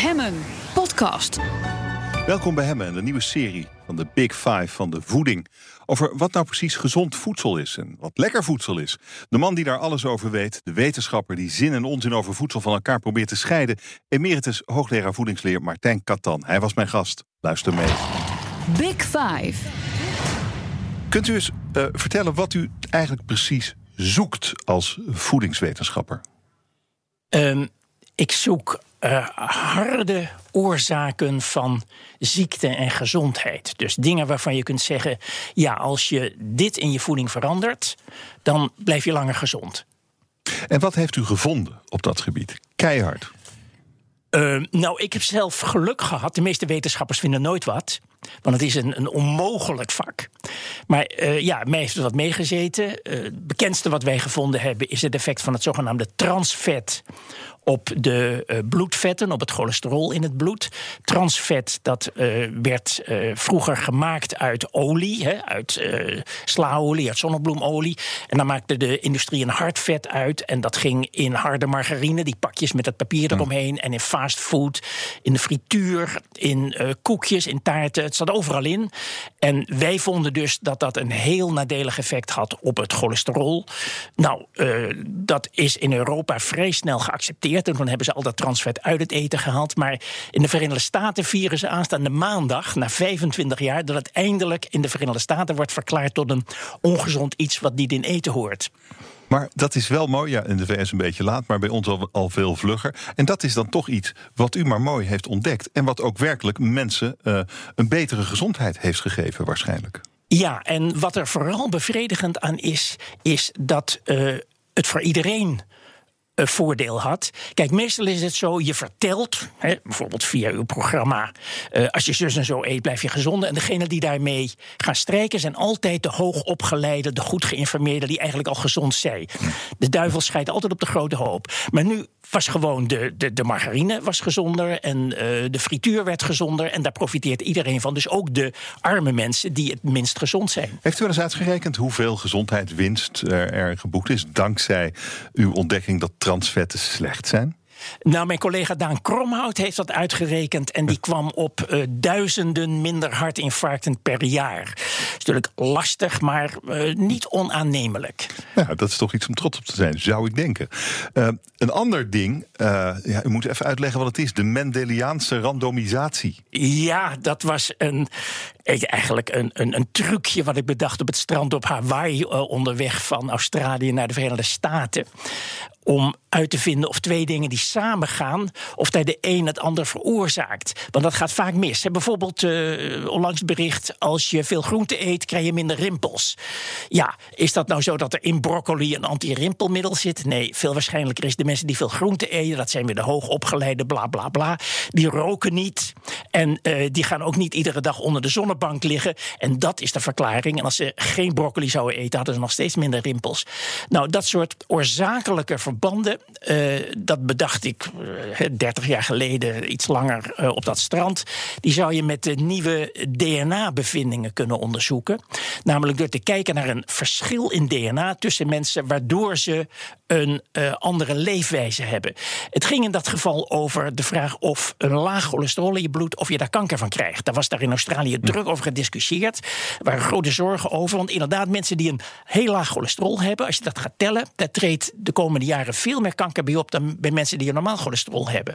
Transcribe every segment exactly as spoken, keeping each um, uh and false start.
Hemmen podcast. Welkom bij Hemmen, de nieuwe serie van de Big Five van de voeding. Over wat nou precies gezond voedsel is en wat lekker voedsel is. De man die daar alles over weet, de wetenschapper die zin en onzin over voedsel van elkaar probeert te scheiden. Emeritus hoogleraar voedingsleer Martijn Katan. Hij was mijn gast. Luister mee. Big Five. Kunt u eens uh, vertellen wat u eigenlijk precies zoekt als voedingswetenschapper? Um, ik zoek uh, harde oorzaken van ziekte en gezondheid. Dus dingen waarvan je kunt zeggen, ja, als je dit in je voeding verandert, dan blijf je langer gezond. En wat heeft u gevonden op dat gebied? Keihard. Uh, nou, ik heb zelf geluk gehad. De meeste wetenschappers vinden nooit wat. Want het is een, een onmogelijk vak. Maar uh, ja, mij heeft er wat meegezeten. Uh, het bekendste wat wij gevonden hebben is het effect van het zogenaamde transvet op de uh, bloedvetten, op het cholesterol in het bloed. Transvet, dat uh, werd uh, vroeger gemaakt uit olie, hè, uit uh, slaolie, uit zonnebloemolie. En dan maakte de industrie een hard vet uit. En dat ging in harde margarine, die pakjes met het papier eromheen. En in fastfood, in de frituur, in uh, koekjes, in taarten. Het zat overal in. En wij vonden dus dat dat een heel nadelig effect had op het cholesterol. Nou, uh, dat is in Europa vrij snel geaccepteerd. En toen hebben ze al dat transvet uit het eten gehaald. Maar in de Verenigde Staten vieren ze aanstaande maandag, na vijfentwintig jaar, dat het eindelijk in de Verenigde Staten wordt verklaard tot een ongezond iets wat niet in eten hoort. Maar dat is wel mooi, ja, in de V S een beetje laat, maar bij ons al, al veel vlugger. En dat is dan toch iets wat u maar mooi heeft ontdekt. En wat ook werkelijk mensen uh, een betere gezondheid heeft gegeven waarschijnlijk. Ja, en wat er vooral bevredigend aan is, is dat uh, het voor iedereen een voordeel had. Kijk, meestal is het zo, je vertelt, hè, bijvoorbeeld via uw programma, uh, als je zus en zo eet, blijf je gezonder. En degenen die daarmee gaan strijken zijn altijd de hoogopgeleide, de goed geïnformeerde, die eigenlijk al gezond zijn. De duivel scheidt altijd op de grote hoop. Maar nu was gewoon de, de, de margarine was gezonder en uh, de frituur werd gezonder. En daar profiteert iedereen van. Dus ook de arme mensen die het minst gezond zijn. Heeft u wel eens uitgerekend hoeveel gezondheidswinst er, er geboekt is dankzij uw ontdekking dat transvetten slecht zijn? Nou, mijn collega Daan Kromhout heeft dat uitgerekend en die kwam op uh, duizenden minder hartinfarcten per jaar. Dat is natuurlijk lastig, maar uh, niet onaannemelijk. Ja, dat is toch iets om trots op te zijn, zou ik denken. Uh, een ander ding, uh, ja, u moet even uitleggen wat het is, de Mendeliaanse randomisatie. Ja, dat was een, eigenlijk een, een, een trucje wat ik bedacht op het strand op Hawaii, uh, onderweg van Australië naar de Verenigde Staten. Om uit te vinden of twee dingen die samengaan, of dat de een het ander veroorzaakt. Want dat gaat vaak mis. He, bijvoorbeeld uh, onlangs bericht, als je veel groente eet, krijg je minder rimpels. Ja, is dat nou zo dat er in broccoli een anti-rimpelmiddel zit? Nee, veel waarschijnlijker is de mensen die veel groente eten, dat zijn weer de hoogopgeleide, bla bla bla, die roken niet. En uh, die gaan ook niet iedere dag onder de zonnebank liggen. En dat is de verklaring. En als ze geen broccoli zouden eten, hadden ze nog steeds minder rimpels. Nou, dat soort oorzakelijke verbanden, uh, dat bedacht ik uh, dertig jaar geleden, iets langer uh, op dat strand. Die zou je met de nieuwe D N A-bevindingen kunnen onderzoeken. Namelijk door te kijken naar een verschil in D N A tussen mensen, waardoor ze een uh, andere leefwijze hebben. Het ging in dat geval over de vraag of een laag cholesterol in je bloed, of je daar kanker van krijgt. Daar was daar in Australië druk over gediscussieerd. Er waren grote zorgen over, want inderdaad, mensen die een heel laag cholesterol hebben, als je dat gaat tellen, daar treedt de komende jaren veel meer kanker bij op dan bij mensen die een normaal cholesterol hebben.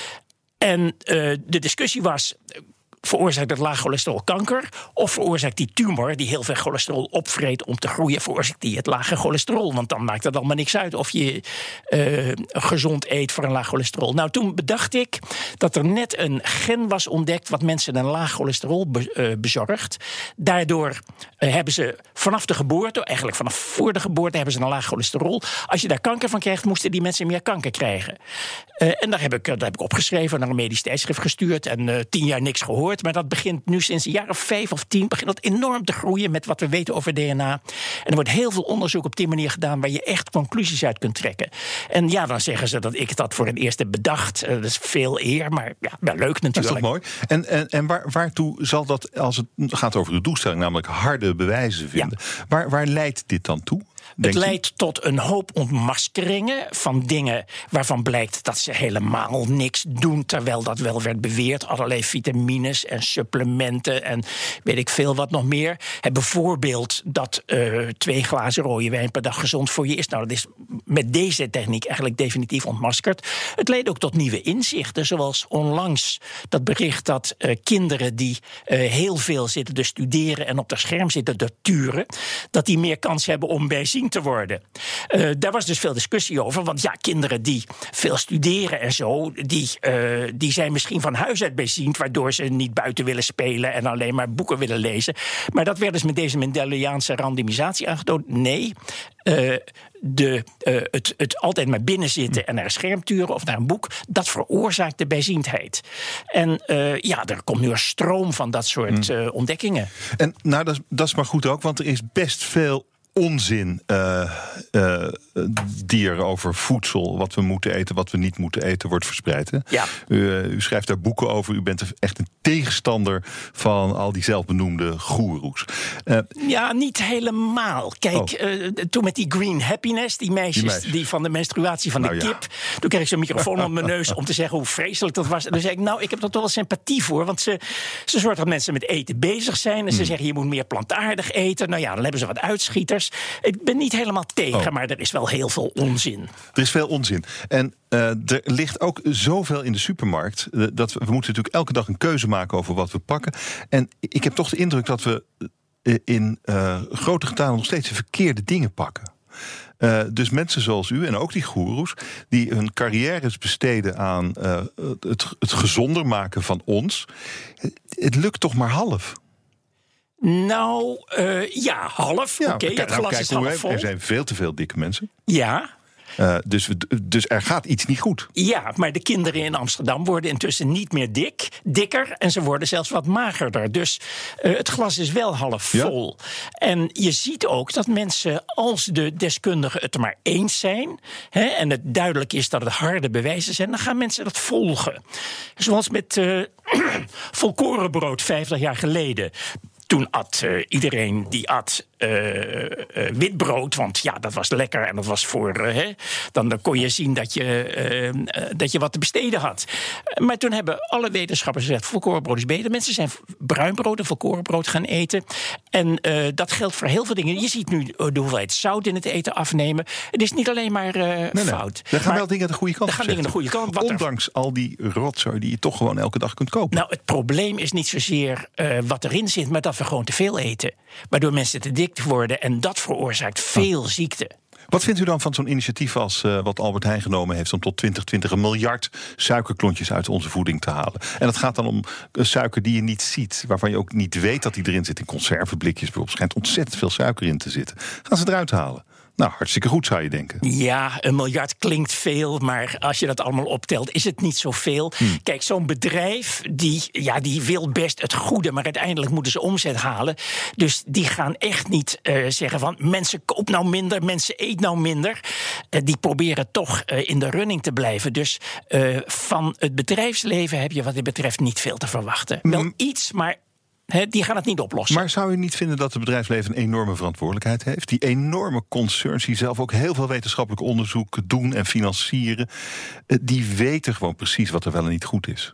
En uh, de discussie was, veroorzaakt het laag cholesterol kanker? Of veroorzaakt die tumor die heel veel cholesterol opvreet om te groeien, veroorzaakt die het lage cholesterol? Want dan maakt het allemaal niks uit of je uh, gezond eet voor een laag cholesterol. Nou, toen bedacht ik dat er net een gen was ontdekt wat mensen een laag cholesterol be, uh, bezorgt. Daardoor uh, hebben ze vanaf de geboorte, eigenlijk vanaf voor de geboorte, hebben ze een laag cholesterol. Als je daar kanker van krijgt, moesten die mensen meer kanker krijgen. Uh, en daar heb, ik, daar heb ik opgeschreven, naar een medisch tijdschrift gestuurd en uh, tien jaar niks gehoord. Maar dat begint nu sinds een jaar of vijf of tien, begint dat enorm te groeien met wat we weten over D N A. En er wordt heel veel onderzoek op die manier gedaan waar je echt conclusies uit kunt trekken. En ja, dan zeggen ze dat ik dat voor het eerst heb bedacht. Uh, dat is veel eer, maar ja, wel leuk natuurlijk. Dat is toch mooi? En, en, en waar, waartoe zal dat, als het gaat over de doelstelling, namelijk harde bewijzen vinden, ja. waar, waar leidt dit dan toe? Het leidt tot een hoop ontmaskeringen van dingen waarvan blijkt dat ze helemaal niks doen, terwijl dat wel werd beweerd. Allerlei vitamines en supplementen en weet ik veel wat nog meer. He, bijvoorbeeld dat uh, twee glazen rode wijn per dag gezond voor je is. Nou, dat is met deze techniek eigenlijk definitief ontmaskerd. Het leidt ook tot nieuwe inzichten, zoals onlangs dat bericht dat uh, kinderen die uh, heel veel zitten te studeren en op dat scherm zitten te turen, dat die meer kans hebben om bijziend te worden. Uh, daar was dus veel discussie over, want ja, kinderen die veel studeren en zo, die, uh, die zijn misschien van huis uit bijziend, waardoor ze niet buiten willen spelen en alleen maar boeken willen lezen. Maar dat werd dus met deze Mendeliaanse randomisatie aangetoond. Nee, uh, de, uh, het, het altijd maar binnen zitten en naar een scherm turen of naar een boek, dat veroorzaakt de bijziendheid. En uh, ja, er komt nu een stroom van dat soort uh, ontdekkingen. En nou, dat, dat is maar goed ook, want er is best veel onzin uh, uh, die er over voedsel, wat we moeten eten, wat we niet moeten eten, wordt verspreid. Hè? Ja. U, uh, u schrijft daar boeken over. U bent echt een tegenstander van al die zelfbenoemde goeroes. Uh, ja, niet helemaal. Kijk, oh. uh, toen met die green happiness, die meisjes, die meisjes die van de menstruatie van nou, de kip, ja. Toen kreeg ik zo'n microfoon op mijn neus om te zeggen hoe vreselijk dat was. En toen zei ik, nou, ik heb er toch wel sympathie voor, want ze, ze zorgen dat mensen met eten bezig zijn en ze mm. zeggen, je moet meer plantaardig eten. Nou ja, dan hebben ze wat uitschieters. Ik ben niet helemaal tegen, oh. maar er is wel heel veel onzin. Er is veel onzin. En uh, er ligt ook zoveel in de supermarkt, Uh, dat we, we moeten natuurlijk elke dag een keuze maken over wat we pakken. En ik heb toch de indruk dat we uh, in uh, grote getalen nog steeds de verkeerde dingen pakken. Uh, dus mensen zoals u en ook die goeroes die hun carrières besteden aan uh, het, het gezonder maken van ons, het, het lukt toch maar half. Nou, uh, ja, half. Ja, Oké, okay, het glas nou, is half vol. Er zijn veel te veel dikke mensen. Ja. Uh, dus, dus er gaat iets niet goed. Ja, maar de kinderen in Amsterdam worden intussen niet meer dik, dikker en ze worden zelfs wat magerder. Dus uh, het glas is wel half vol. Ja. En je ziet ook dat mensen, als de deskundigen het er maar eens zijn, hè, en het duidelijk is dat het harde bewijzen zijn, dan gaan mensen dat volgen. Zoals met uh, volkorenbrood vijftig jaar geleden. Toen at uh, iedereen die at uh, uh, witbrood, want ja, dat was lekker en dat was voor, uh, hè, dan, dan kon je zien dat je, uh, uh, dat je wat te besteden had. Uh, maar toen hebben alle wetenschappers gezegd, volkorenbrood is beter. Mensen zijn bruinbrood en volkorenbrood gaan eten. En uh, dat geldt voor heel veel dingen. Je ziet nu de hoeveelheid zout in het eten afnemen. Het is niet alleen maar uh, nee, nee. fout. Er gaan maar, wel dingen de goede kant op. Er gaan dingen de goede kant. Wat Ondanks er... al die rotzooi die je toch gewoon elke dag kunt kopen. Nou, het probleem is niet zozeer uh, wat erin zit, maar dat we gewoon te veel eten. Waardoor mensen te dik worden en dat veroorzaakt veel oh. ziekte. Wat vindt u dan van zo'n initiatief als uh, wat Albert Heijn genomen heeft om tot twintig twintig een miljard suikerklontjes uit onze voeding te halen? En dat gaat dan om uh, suiker die je niet ziet, waarvan je ook niet weet dat die erin zit. In conserveblikjes bijvoorbeeld schijnt ontzettend veel suiker in te zitten. Gaan ze eruit halen? Nou, hartstikke goed zou je denken. Ja, een miljard klinkt veel, maar als je dat allemaal optelt, is het niet zoveel. Hmm. Kijk, zo'n bedrijf, die, ja, die wil best het goede, maar uiteindelijk moeten ze omzet halen. Dus die gaan echt niet uh, zeggen van, mensen koop nou minder, mensen eet nou minder. Uh, die proberen toch uh, in de running te blijven. Dus uh, van het bedrijfsleven heb je wat dit betreft niet veel te verwachten. Hmm. Wel iets, maar He, die gaan het niet oplossen. Maar zou u niet vinden dat het bedrijfsleven een enorme verantwoordelijkheid heeft? Die enorme concerns die zelf ook heel veel wetenschappelijk onderzoek doen en financieren, die weten gewoon precies wat er wel en niet goed is.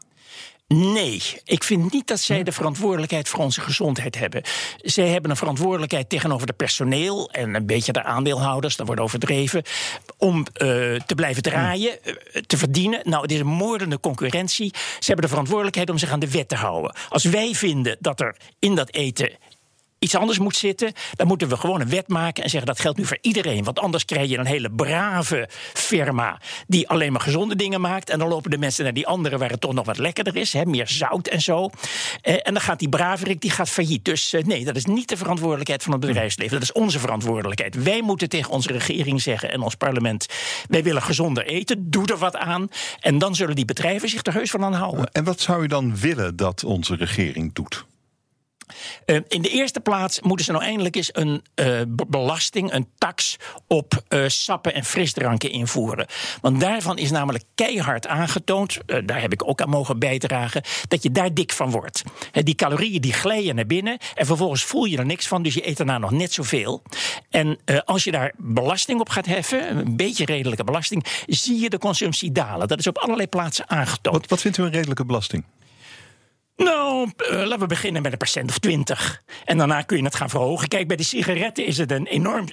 Nee, ik vind niet dat zij de verantwoordelijkheid voor onze gezondheid hebben. Zij hebben een verantwoordelijkheid tegenover de personeel en een beetje de aandeelhouders, dat wordt overdreven, om uh, te blijven draaien, uh, te verdienen. Nou, het is een moordende concurrentie. Ze hebben de verantwoordelijkheid om zich aan de wet te houden. Als wij vinden dat er in dat eten iets anders moet zitten, dan moeten we gewoon een wet maken en zeggen dat geldt nu voor iedereen. Want anders krijg je een hele brave firma die alleen maar gezonde dingen maakt. En dan lopen de mensen naar die andere waar het toch nog wat lekkerder is. Hè, meer zout en zo. Eh, en dan gaat die braverik die gaat failliet. Dus eh, nee, dat is niet de verantwoordelijkheid van het bedrijfsleven. Dat is onze verantwoordelijkheid. Wij moeten tegen onze regering zeggen en ons parlement, wij willen gezonder eten. Doe er wat aan. En dan zullen die bedrijven zich er heus van aan houden. En wat zou u dan willen dat onze regering doet? Uh, in de eerste plaats moeten ze nou eindelijk eens een uh, belasting, een tax op uh, sappen en frisdranken invoeren. Want daarvan is namelijk keihard aangetoond, uh, daar heb ik ook aan mogen bijdragen, dat je daar dik van wordt. Uh, die calorieën die glijden naar binnen en vervolgens voel je er niks van, dus je eet daarna nog net zoveel. En uh, als je daar belasting op gaat heffen, een beetje redelijke belasting, zie je de consumptie dalen. Dat is op allerlei plaatsen aangetoond. Wat, wat vindt u een redelijke belasting? Nou, uh, laten we beginnen met een procent of twintig. En daarna kun je het gaan verhogen. Kijk, bij de sigaretten is het een enorm...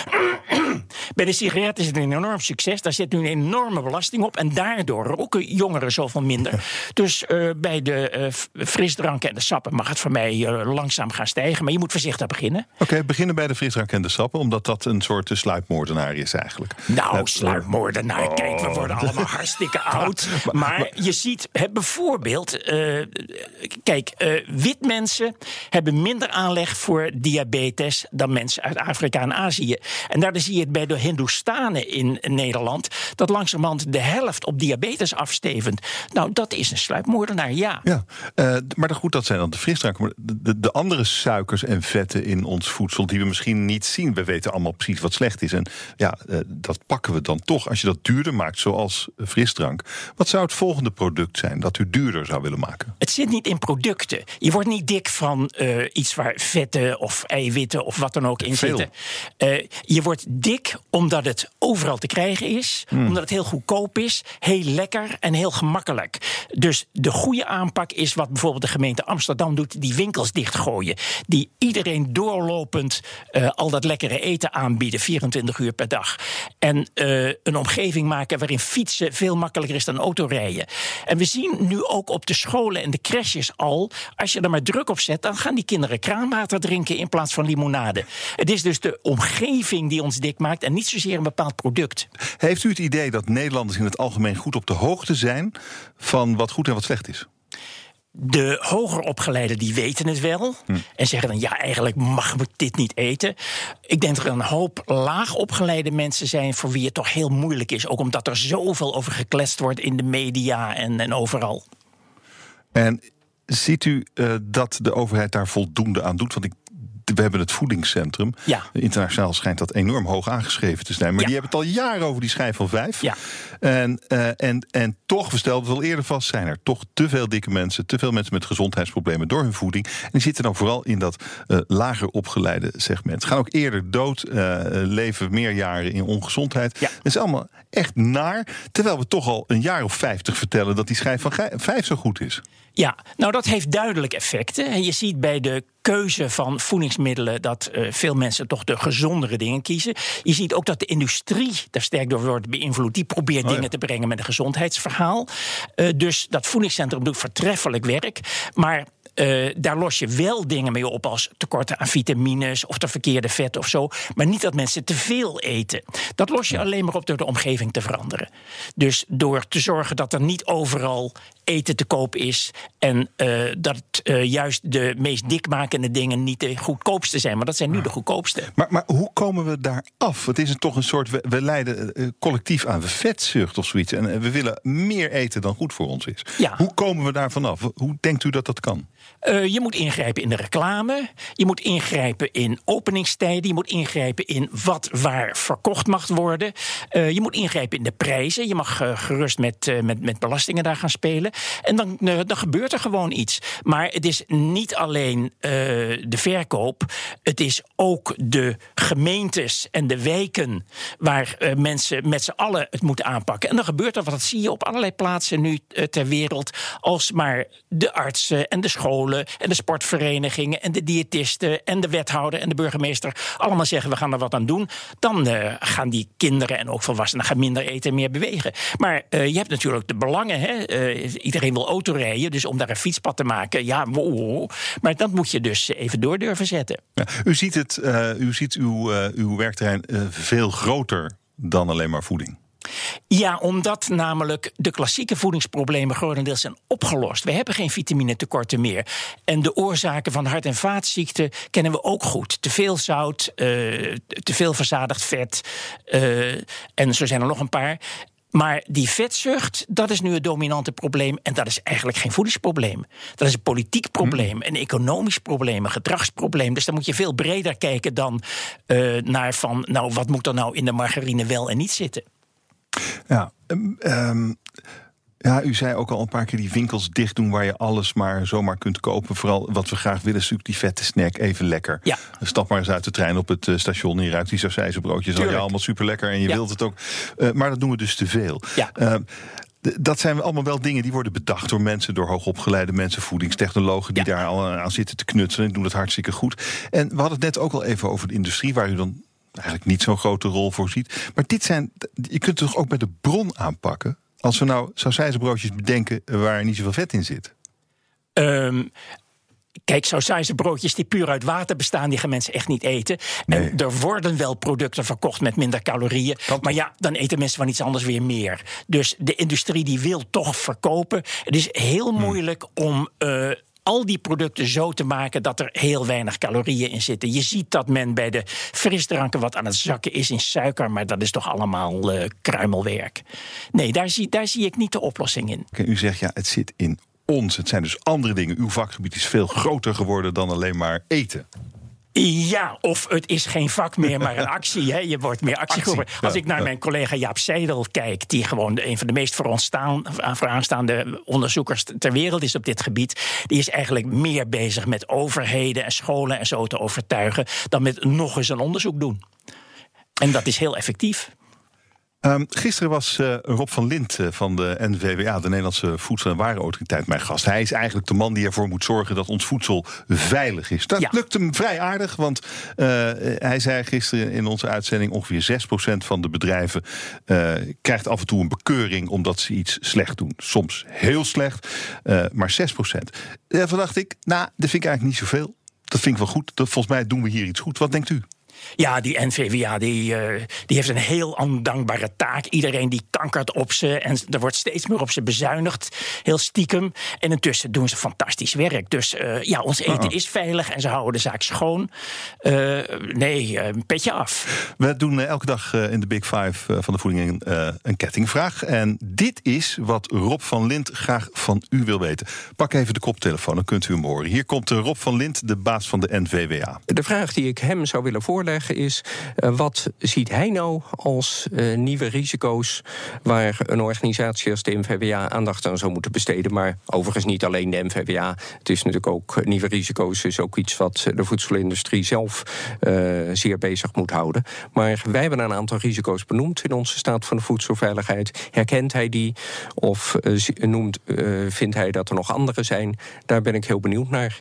bij de sigaretten is het een enorm succes. Daar zit nu een enorme belasting op. En daardoor roken jongeren zoveel minder. Dus uh, bij de uh, frisdranken en de sappen mag het voor mij uh, langzaam gaan stijgen. Maar je moet voorzichtig beginnen. Oké, okay, beginnen bij de frisdranken en de sappen. Omdat dat een soort uh, sluipmoordenaar is eigenlijk. Nou, uh, sluipmoordenaar. Oh. Kijk, we worden allemaal hartstikke oud. Maar, maar, maar je ziet he, bijvoorbeeld... Uh, Kijk, uh, wit mensen hebben minder aanleg voor diabetes dan mensen uit Afrika en Azië. En daar zie je het bij de Hindoestanen in Nederland, dat langzamerhand de helft op diabetes afstevend. Nou, dat is een sluipmoordenaar, ja. Ja, uh, maar goed, dat zijn dan de frisdranken. Maar de, de, de andere suikers en vetten in ons voedsel die we misschien niet zien. We weten allemaal precies wat slecht is. En ja, uh, dat pakken we dan toch. Als je dat duurder maakt, zoals frisdrank. Wat zou het volgende product zijn dat u duurder zou willen maken? Het zit niet in producten. Je wordt niet dik van uh, iets waar vetten of eiwitten of wat dan ook in Veel. zitten. Uh, je wordt dik omdat het overal te krijgen is. Hmm. Omdat het heel goedkoop is, heel lekker en heel gemakkelijk. Dus de goede aanpak is wat bijvoorbeeld de gemeente Amsterdam doet. Die winkels dichtgooien. Die iedereen doorlopend uh, al dat lekkere eten aanbieden. vierentwintig uur per dag. En uh, een omgeving maken waarin fietsen veel makkelijker is dan autorijden. En we zien nu ook op de scholen en de crèches al, als je er maar druk op zet, dan gaan die kinderen kraanwater drinken in plaats van limonade. Het is dus de omgeving die ons dik maakt en niet zozeer een bepaald product. Heeft u het idee dat Nederlanders in het algemeen goed op de hoogte zijn van wat goed en wat slecht is? De hoger opgeleiden die weten het wel. Hm. En zeggen dan, ja, eigenlijk mag ik dit niet eten. Ik denk dat er een hoop laag opgeleide mensen zijn voor wie het toch heel moeilijk is. Ook omdat er zoveel over gekletst wordt in de media en, en overal. En ziet u uh, dat de overheid daar voldoende aan doet? Want ik, we hebben het voedingscentrum. Ja. Internationaal schijnt dat enorm hoog aangeschreven te zijn. Maar ja. die hebben het al jaren over die schijf van vijf. Ja. En, uh, en, en toch, we stelden het al eerder vast, zijn er toch te veel dikke mensen, te veel mensen met gezondheidsproblemen door hun voeding. En die zitten dan vooral in dat uh, lager opgeleide segment. Gaan ook eerder dood, uh, leven meer jaren in ongezondheid. Ja. Dat is allemaal echt naar. Terwijl we toch al een jaar of vijftig vertellen dat die schijf van vijf zo goed is. Ja, nou dat heeft duidelijk effecten. En je ziet bij de keuze van voedingsmiddelen dat uh, veel mensen toch de gezondere dingen kiezen. Je ziet ook dat de industrie daar sterk door wordt beïnvloed. Die probeert oh, dingen ja. te brengen met een gezondheidsverhaal. Uh, dus dat voedingscentrum doet voortreffelijk werk. Maar Uh, daar los je wel dingen mee op als tekorten aan vitamines of de verkeerde vetten of zo. Maar niet dat mensen te veel eten. Dat los je alleen maar op door de omgeving te veranderen. Dus door te zorgen dat er niet overal eten te koop is. En uh, dat uh, juist de meest dikmakende dingen niet de goedkoopste zijn. Maar dat zijn nu de goedkoopste. Maar, maar hoe komen we daar af? Het is een, toch een soort, we, we lijden uh, collectief aan vetzucht of zoiets. En uh, we willen meer eten dan goed voor ons is. Ja. Hoe komen we daar vanaf? Hoe denkt u dat dat kan? Uh, je moet ingrijpen in de reclame. Je moet ingrijpen in openingstijden. Je moet ingrijpen in wat waar verkocht mag worden. Uh, je moet ingrijpen in de prijzen. Je mag uh, gerust met, uh, met, met belastingen daar gaan spelen. En dan, uh, dan gebeurt er gewoon iets. Maar het is niet alleen uh, de verkoop. Het is ook de gemeentes en de wijken waar uh, mensen met z'n allen het moeten aanpakken. En dan gebeurt er wat. Dat zie je op allerlei plaatsen nu uh, ter wereld. Als maar de artsen en de scholen en de sportverenigingen en de diëtisten en de wethouder en de burgemeester allemaal zeggen we gaan er wat aan doen. Dan uh, gaan die kinderen en ook volwassenen gaan minder eten en meer bewegen. Maar uh, je hebt natuurlijk de belangen. Hè? Uh, iedereen wil autorijden, dus om daar een fietspad te maken, ja, wow. Maar dat moet je dus even door durven zetten. Ja, u ziet, het, uh, u ziet uw, uh, uw werkterrein uh, veel groter dan alleen maar voeding. Ja, omdat namelijk de klassieke voedingsproblemen grotendeels zijn opgelost. We hebben geen vitaminetekorten meer. En de oorzaken van hart- en vaatziekten kennen we ook goed. Te veel zout, uh, te veel verzadigd vet. Uh, en zo zijn er nog een paar. Maar die vetzucht, dat is nu het dominante probleem. En dat is eigenlijk geen voedingsprobleem. Dat is een politiek probleem, een economisch probleem, een gedragsprobleem. Dus dan moet je veel breder kijken dan uh, naar van, nou, wat moet er nou in de margarine wel en niet zitten? Ja, um, um, ja, u zei ook al een paar keer die winkels dicht doen waar je alles maar zomaar kunt kopen. Vooral wat we graag willen is natuurlijk die vette snack, even lekker. Ja. Stap maar eens uit de trein op het uh, station en je ruikt die sausijzenbroodjes. Al je allemaal super lekker en je ja. wilt het ook. Uh, maar dat doen we dus te veel. Ja. Uh, Dat zijn allemaal wel dingen die worden bedacht door mensen, door hoogopgeleide mensen, voedingstechnologen die ja. daar al aan zitten te knutselen en doen dat hartstikke goed. En we hadden het net ook al even over de industrie, waar u dan eigenlijk niet zo'n grote rol voor ziet. Maar dit zijn, je kunt het toch ook bij de bron aanpakken? Als we nou sausijzenbroodjes bedenken waar niet zoveel vet in zit. Um, Kijk, sausijzenbroodjes die puur uit water bestaan, die gaan mensen echt niet eten. Nee. En er worden wel producten verkocht met minder calorieën. Maar ja, dan eten mensen van iets anders weer meer. Dus de industrie die wil toch verkopen. Het is heel moeilijk hmm. om Uh, al die producten zo te maken dat er heel weinig calorieën in zitten. Je ziet dat men bij de frisdranken wat aan het zakken is in suiker, maar dat is toch allemaal uh, kruimelwerk. Nee, daar zie, daar zie ik niet de oplossing in. Okay, u zegt ja, het zit in ons. Het zijn dus andere dingen. Uw vakgebied is veel groter geworden dan alleen maar eten. Ja, of het is geen vak meer, maar een actie. Hè. Je wordt meer actiegroepen. Actie, Als ja, ik naar ja. mijn collega Jaap Seidel kijk, die gewoon een van de meest vooraanstaande onderzoekers ter wereld is op dit gebied, die is eigenlijk meer bezig met overheden en scholen en zo te overtuigen dan met nog eens een onderzoek doen. En dat is heel effectief. Um, gisteren was uh, Rob van Lint uh, van de N V W A, de Nederlandse Voedsel- en Warenautoriteit, mijn gast. Hij is eigenlijk de man die ervoor moet zorgen dat ons voedsel veilig is. Dat ja. lukt hem vrij aardig, want uh, hij zei gisteren in onze uitzending ongeveer zes procent van de bedrijven uh, krijgt af en toe een bekeuring omdat ze iets slecht doen. Soms heel slecht, uh, maar zes procent. Uh, toen dacht ik, nou, dat vind ik eigenlijk niet zoveel. Dat vind ik wel goed. Dat, volgens mij doen we hier iets goed. Wat denkt u? Ja, die N V W A die, uh, die heeft een heel ondankbare taak. Iedereen die kankert op ze en er wordt steeds meer op ze bezuinigd. Heel stiekem. En intussen doen ze fantastisch werk. Dus uh, ja, ons eten uh-huh. is veilig en ze houden de zaak schoon. Uh, nee, uh, petje af. We doen uh, elke dag uh, in de Big Five uh, van de voeding uh, een kettingvraag. En dit is wat Rob van Lint graag van u wil weten. Pak even de koptelefoon, dan kunt u hem horen. Hier komt uh, Rob van Lint, de baas van de N V W A. De vraag die ik hem zou willen voorleggen is, uh, wat ziet hij nou als uh, nieuwe risico's waar een organisatie als de N V W A aandacht aan zou moeten besteden? Maar overigens niet alleen de N V W A. Het is natuurlijk ook uh, nieuwe risico's, is ook iets wat de voedselindustrie zelf uh, zeer bezig moet houden. Maar wij hebben een aantal risico's benoemd in onze staat van de voedselveiligheid. Herkent hij die of uh, noemt, uh, vindt hij dat er nog andere zijn? Daar ben ik heel benieuwd naar.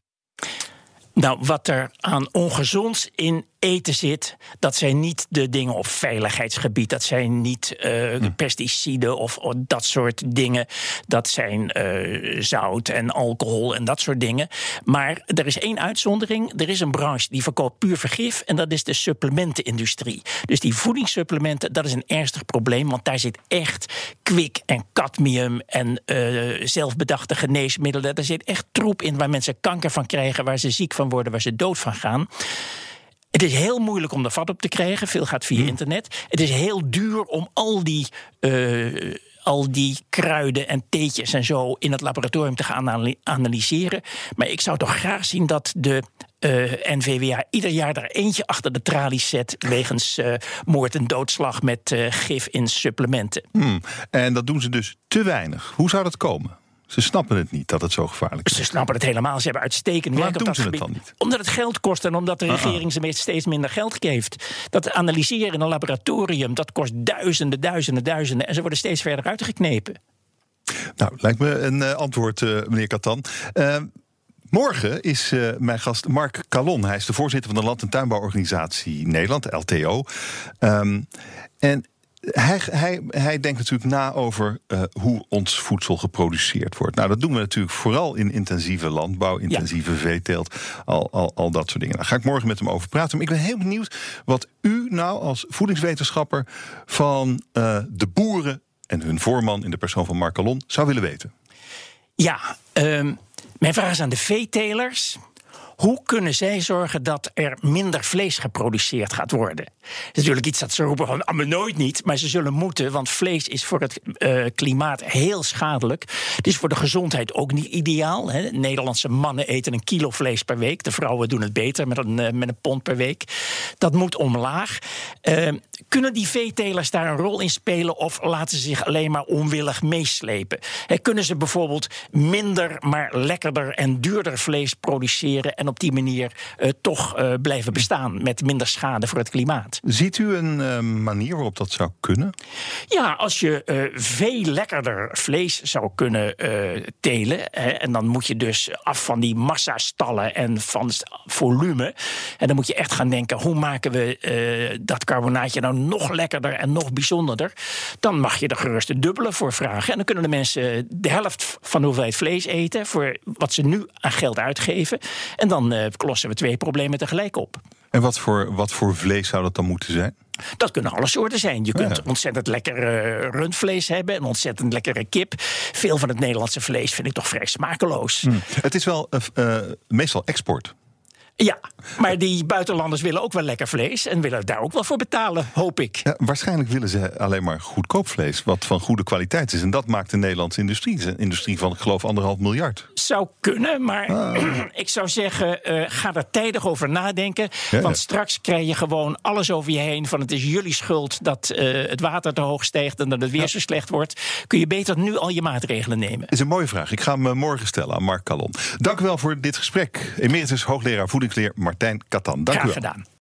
Nou, wat er aan ongezonds in eten zit, dat zijn niet de dingen op veiligheidsgebied. Dat zijn niet uh, hm. pesticiden of, of dat soort dingen. Dat zijn uh, zout en alcohol en dat soort dingen. Maar er is één uitzondering. Er is een branche die verkoopt puur vergif en dat is de supplementenindustrie. Dus die voedingssupplementen, dat is een ernstig probleem, want daar zit echt kwik en cadmium en uh, zelfbedachte geneesmiddelen. Daar zit echt troep in waar mensen kanker van krijgen, waar ze ziek van worden, waar ze dood van gaan. Het is heel moeilijk om er vat op te krijgen. Veel gaat via internet. Het is heel duur om al die, uh, al die kruiden en theetjes en zo in het laboratorium te gaan analyseren. Maar ik zou toch graag zien dat de Uh, N V W A ieder jaar er eentje achter de tralies zet wegens uh, moord en doodslag met uh, gif in supplementen. Hmm. En dat doen ze dus te weinig. Hoe zou dat komen? Ze snappen het niet dat het zo gevaarlijk is. Ze snappen het helemaal. Ze hebben uitstekend werk op dat gebied. Waarom doen ze het dan niet? Omdat het geld kost en omdat de regering ze steeds minder geld geeft. Dat analyseren in een laboratorium, dat kost duizenden, duizenden, duizenden. En ze worden steeds verder uitgeknepen. Nou, lijkt me een uh, antwoord, uh, meneer Catan. Uh, Morgen is uh, mijn gast Mark Calon. Hij is de voorzitter van de Land- en Tuinbouworganisatie Nederland, L T O. Um, en hij, hij, hij denkt natuurlijk na over uh, hoe ons voedsel geproduceerd wordt. Nou, dat doen we natuurlijk vooral in intensieve landbouw, intensieve ja. veeteelt, al, al, al dat soort dingen. Daar ga ik morgen met hem over praten. Maar ik ben heel benieuwd wat u nou als voedingswetenschapper van uh, de boeren en hun voorman in de persoon van Mark Calon zou willen weten. Ja, um... mijn vraag is aan de veetelers. Hoe kunnen zij zorgen dat er minder vlees geproduceerd gaat worden? Dat is natuurlijk iets dat ze roepen van, ah, maar nooit niet. Maar ze zullen moeten, want vlees is voor het uh, klimaat heel schadelijk. Het is voor de gezondheid ook niet ideaal. Hè. Nederlandse mannen eten een kilo vlees per week. De vrouwen doen het beter met een, uh, met een pond per week. Dat moet omlaag. Uh, kunnen die veetelers daar een rol in spelen of laten ze zich alleen maar onwillig meeslepen? He, kunnen ze bijvoorbeeld minder, maar lekkerder en duurder vlees produceren en op die manier uh, toch uh, blijven bestaan met minder schade voor het klimaat? Ziet u een uh, manier waarop dat zou kunnen? Ja, als je uh, veel lekkerder vlees zou kunnen uh, telen, hè, en dan moet je dus af van die massastallen en van het volume, en dan moet je echt gaan denken, hoe maken we uh, dat carbonaatje nou nog lekkerder en nog bijzonderder? Dan mag je er gerust het dubbele voor vragen. En dan kunnen de mensen de helft van de hoeveelheid vlees eten voor wat ze nu aan geld uitgeven. En dan uh, lossen we twee problemen tegelijk op. En wat voor, wat voor vlees zou dat dan moeten zijn? Dat kunnen alle soorten zijn. Je kunt ja. ontzettend lekker uh, rundvlees hebben en ontzettend lekkere kip. Veel van het Nederlandse vlees vind ik toch vrij smakeloos. Hmm. Het is wel uh, uh, meestal export. Ja, maar die buitenlanders willen ook wel lekker vlees en willen daar ook wel voor betalen, hoop ik. Ja, waarschijnlijk willen ze alleen maar goedkoop vlees, wat van goede kwaliteit is. En dat maakt de Nederlandse industrie. Het is een industrie van, ik geloof, anderhalf miljard. Zou kunnen, maar ah. ik zou zeggen, uh, ga er tijdig over nadenken. Ja, want ja. straks krijg je gewoon alles over je heen van het is jullie schuld dat uh, het water te hoog stijgt en dat het weer ja. zo slecht wordt. Kun je beter nu al je maatregelen nemen? Dat is een mooie vraag. Ik ga hem morgen stellen aan Mark Calon. Dank u wel voor dit gesprek. Emeritus hoogleraar voedingsleer Martijn Katan. Dank Graag u wel. gedaan.